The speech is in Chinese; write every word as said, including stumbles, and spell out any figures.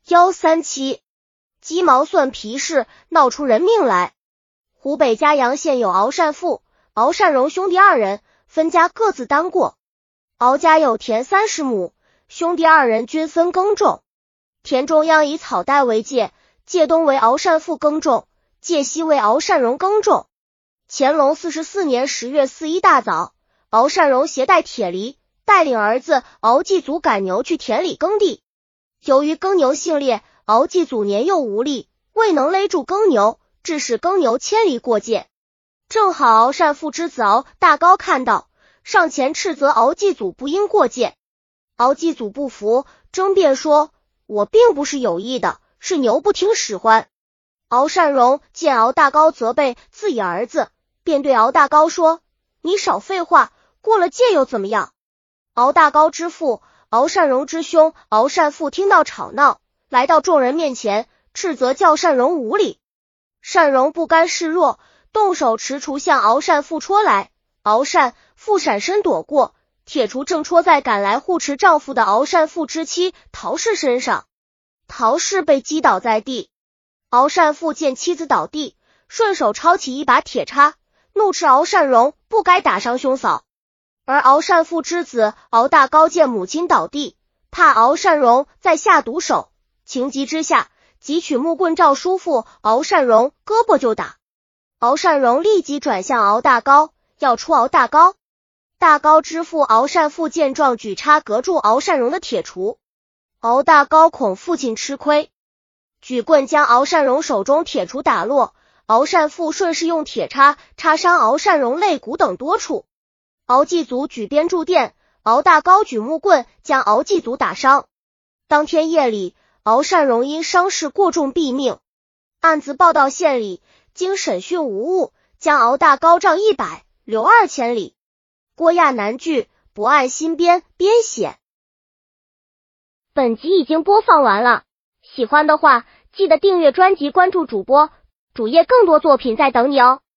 幺三七，鸡毛蒜皮事闹出人命来。湖北嘉阳县有敖善富、敖善荣兄弟二人，分家各自当过。敖家有田三十亩，兄弟二人均分耕种。田中央以草带为界，界东为敖善富耕种，界西为敖善荣耕种。乾隆四十四年十月四一大早，敖善荣携带铁犁，带领儿子敖继祖赶牛去田里耕地。由于耕牛性烈，敖继祖年幼无力，未能勒住耕牛，致使耕牛牵犁过界。正好敖善富之子敖大高看到，上前斥责敖继祖不应过界。敖继祖不服，争辩说：“我并不是有意的，是牛不听使唤。”敖善荣见敖大高责备自己儿子，便对敖大高说：“你少废话，过了界又怎么样？”敖大高之父敖善荣之兄敖善富听到吵闹，来到众人面前，斥责教善荣无礼。善荣不甘示弱，动手持锄向敖善富戳来，敖善富闪身躲过，铁锄正戳在赶来护持丈夫的敖善富之妻陶氏身上，陶氏被击倒在地。敖善富见妻子倒地，顺手抄起一把铁叉，怒斥敖善荣不该打伤兄嫂。而敖善富之子敖大高见母亲倒地，怕敖善荣再下毒手，情急之下即取木棍照叔父敖善荣胳膊就打。敖善荣立即转向敖大高，要出敖大高。大高之父敖善富见状，举叉隔住敖善荣的铁锄。敖大高恐父亲吃亏，举棍将敖善荣手中铁锄打落，敖善富顺势用铁叉插伤敖善荣肋骨等多处。敖继祖举鞭助电，敖大高举木棍将敖继祖打伤。当天夜里，敖善荣因伤势过重毙命。案子报到县里，经审讯无误，将敖大高杖一百，留二千里。郭亚南剧，不按新编编写。本集已经播放完了，喜欢的话记得订阅专辑，关注主播，主页更多作品在等你哦。